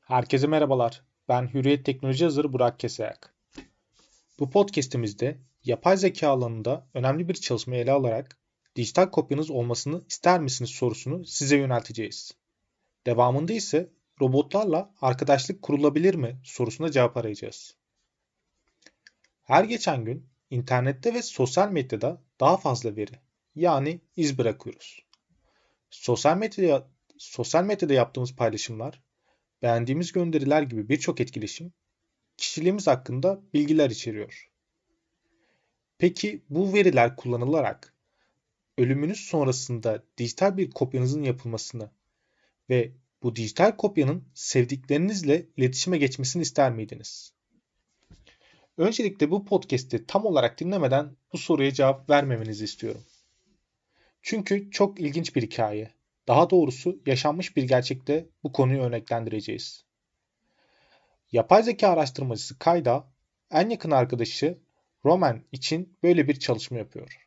Herkese merhabalar. Ben Hürriyet Teknoloji yazarı Burak Keseyak. Bu podcast'imizde yapay zeka alanında önemli bir çalışma ele alarak dijital kopyanız olmasını ister misiniz sorusunu size yönelteceğiz. Devamında ise robotlarla arkadaşlık kurulabilir mi sorusuna cevap arayacağız. Her geçen gün internette ve sosyal medyada daha fazla veri, yani iz bırakıyoruz. Sosyal medyada yaptığımız paylaşımlar, beğendiğimiz gönderiler gibi birçok etkileşim kişiliğimiz hakkında bilgiler içeriyor. Peki bu veriler kullanılarak ölümünüz sonrasında dijital bir kopyanızın yapılmasını ve bu dijital kopyanın sevdiklerinizle iletişime geçmesini ister miydiniz? Öncelikle bu podcast'i tam olarak dinlemeden bu soruya cevap vermemenizi istiyorum. Çünkü çok ilginç bir hikaye. Daha doğrusu yaşanmış bir gerçekte bu konuyu örneklendireceğiz. Yapay zeka araştırmacısı Kayda, en yakın arkadaşı Roman için böyle bir çalışma yapıyor.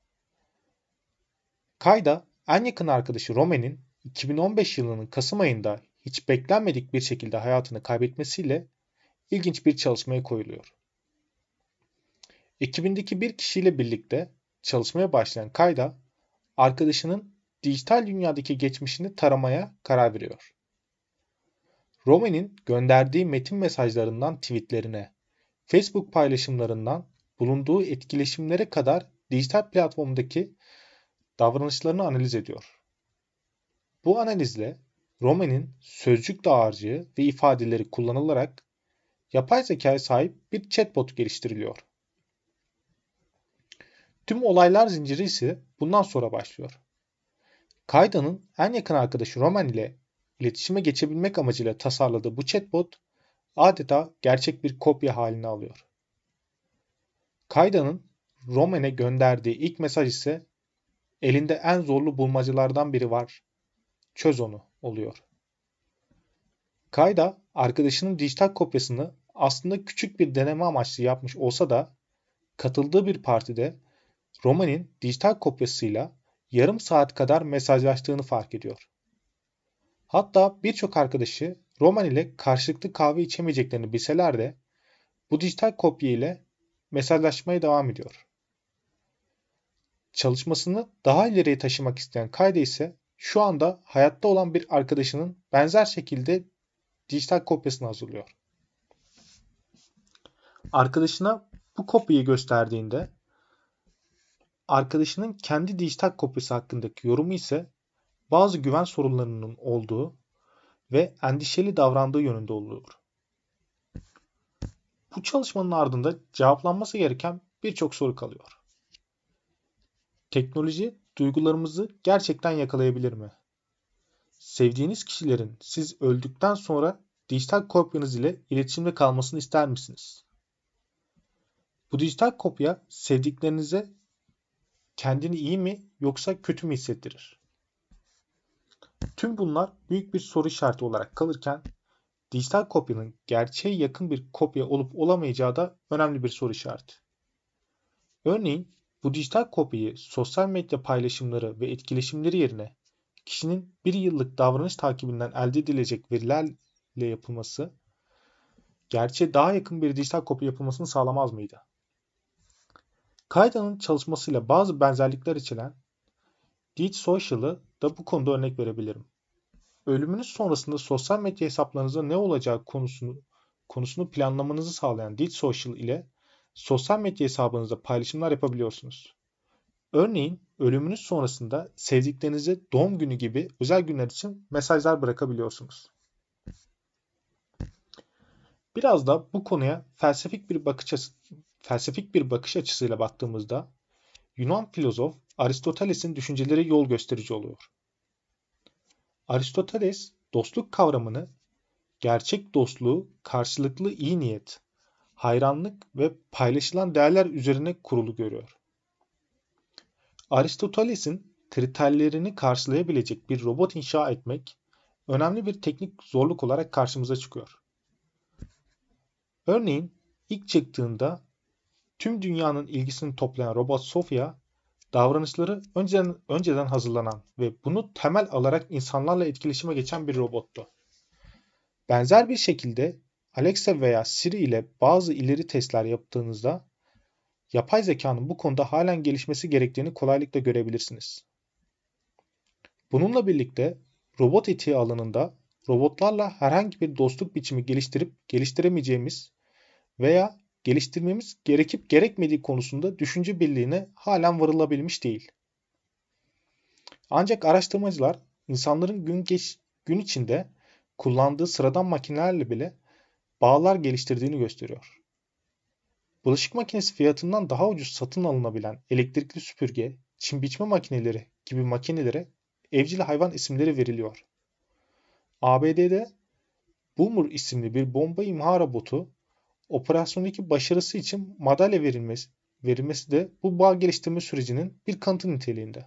Kayda, en yakın arkadaşı Roman'in 2015 yılının Kasım ayında hiç beklenmedik bir şekilde hayatını kaybetmesiyle ilginç bir çalışmaya koyuluyor. Ekibindeki bir kişiyle birlikte çalışmaya başlayan Kayda, arkadaşının dijital dünyadaki geçmişini taramaya karar veriyor. Roman'in gönderdiği metin mesajlarından tweetlerine, Facebook paylaşımlarından bulunduğu etkileşimlere kadar dijital platformdaki davranışlarını analiz ediyor. Bu analizle Roman'in sözcük dağarcığı ve ifadeleri kullanılarak yapay zekaya sahip bir chatbot geliştiriliyor. Tüm olaylar zinciri ise bundan sonra başlıyor. Kayda'nın en yakın arkadaşı Roman ile iletişime geçebilmek amacıyla tasarladığı bu chatbot adeta gerçek bir kopya halini alıyor. Kayda'nın Roman'e gönderdiği ilk mesaj ise elinde en zorlu bulmacalardan biri var. Çöz onu oluyor. Kayda arkadaşının dijital kopyasını aslında küçük bir deneme amaçlı yapmış olsa da katıldığı bir partide Roman'in dijital kopyasıyla yarım saat kadar mesajlaştığını fark ediyor. Hatta birçok arkadaşı Roman ile karşılıklı kahve içemeyeceklerini bilseler de bu dijital kopya ile mesajlaşmaya devam ediyor. Çalışmasını daha ileriye taşımak isteyen Kayda ise şu anda hayatta olan bir arkadaşının benzer şekilde dijital kopyasını hazırlıyor. Arkadaşına bu kopyayı gösterdiğinde arkadaşının kendi dijital kopyası hakkındaki yorumu ise bazı güven sorunlarının olduğu ve endişeli davrandığı yönünde oluyor. Bu çalışmanın ardında cevaplanması gereken birçok soru kalıyor. Teknoloji duygularımızı gerçekten yakalayabilir mi? Sevdiğiniz kişilerin siz öldükten sonra dijital kopyanız ile iletişimde kalmasını ister misiniz? Bu dijital kopya sevdiklerinize kendini iyi mi yoksa kötü mü hissettirir? Tüm bunlar büyük bir soru işareti olarak kalırken dijital kopyanın gerçeğe yakın bir kopya olup olamayacağı da önemli bir soru işareti. Örneğin bu dijital kopyayı sosyal medya paylaşımları ve etkileşimleri yerine kişinin bir yıllık davranış takibinden elde edilecek verilerle yapılması gerçeğe daha yakın bir dijital kopya yapılmasını sağlamaz mıydı? Kayda'nın çalışmasıyla bazı benzerlikler içeren Deed Social'ı da bu konuda örnek verebilirim. Ölümünüz sonrasında sosyal medya hesaplarınızda ne olacağı konusunu planlamanızı sağlayan Deed Social ile sosyal medya hesabınızda paylaşımlar yapabiliyorsunuz. Örneğin ölümünüz sonrasında sevdiklerinize doğum günü gibi özel günler için mesajlar bırakabiliyorsunuz. Biraz da bu konuya felsefik bir bakış açısıyla baktığımızda Yunan filozof Aristoteles'in düşünceleri yol gösterici oluyor. Aristoteles dostluk kavramını gerçek dostluğu karşılıklı iyi niyet, hayranlık ve paylaşılan değerler üzerine kurulu görüyor. Aristoteles'in kriterlerini karşılayabilecek bir robot inşa etmek önemli bir teknik zorluk olarak karşımıza çıkıyor. Örneğin ilk çıktığında tüm dünyanın ilgisini toplayan robot Sophia, davranışları önceden hazırlanan ve bunu temel alarak insanlarla etkileşime geçen bir robottu. Benzer bir şekilde Alexa veya Siri ile bazı ileri testler yaptığınızda yapay zekanın bu konuda halen gelişmesi gerektiğini kolaylıkla görebilirsiniz. Bununla birlikte robot etiği alanında robotlarla herhangi bir dostluk biçimi geliştirip geliştiremeyeceğimiz veya geliştirmemiz gerekip gerekmediği konusunda düşünce birliğine halen varılabilmiş değil. Ancak araştırmacılar insanların gün içinde kullandığı sıradan makinelerle bile bağlar geliştirdiğini gösteriyor. Bulaşık makinesi fiyatından daha ucuz satın alınabilen elektrikli süpürge, çim biçme makineleri gibi makinelere evcil hayvan isimleri veriliyor. ABD'de Boomer isimli bir bomba imha robotu operasyondaki başarısı için madalya verilmesi de bu bağ geliştirme sürecinin bir kanıtı niteliğinde.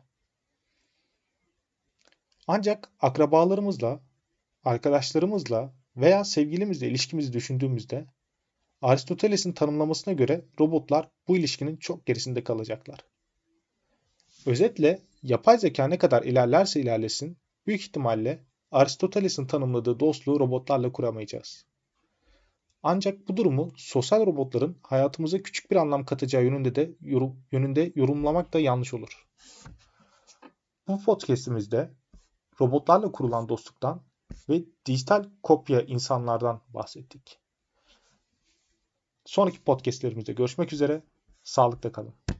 Ancak akrabalarımızla, arkadaşlarımızla veya sevgilimizle ilişkimizi düşündüğümüzde Aristoteles'in tanımlamasına göre robotlar bu ilişkinin çok gerisinde kalacaklar. Özetle yapay zeka ne kadar ilerlerse ilerlesin büyük ihtimalle Aristoteles'in tanımladığı dostluğu robotlarla kuramayacağız. Ancak bu durumu sosyal robotların hayatımıza küçük bir anlam katacağı yönünde yorumlamak da yanlış olur. Bu podcast'imizde robotlarla kurulan dostluktan ve dijital kopya insanlardan bahsettik. Sonraki podcast'lerimizde görüşmek üzere. Sağlıkla kalın.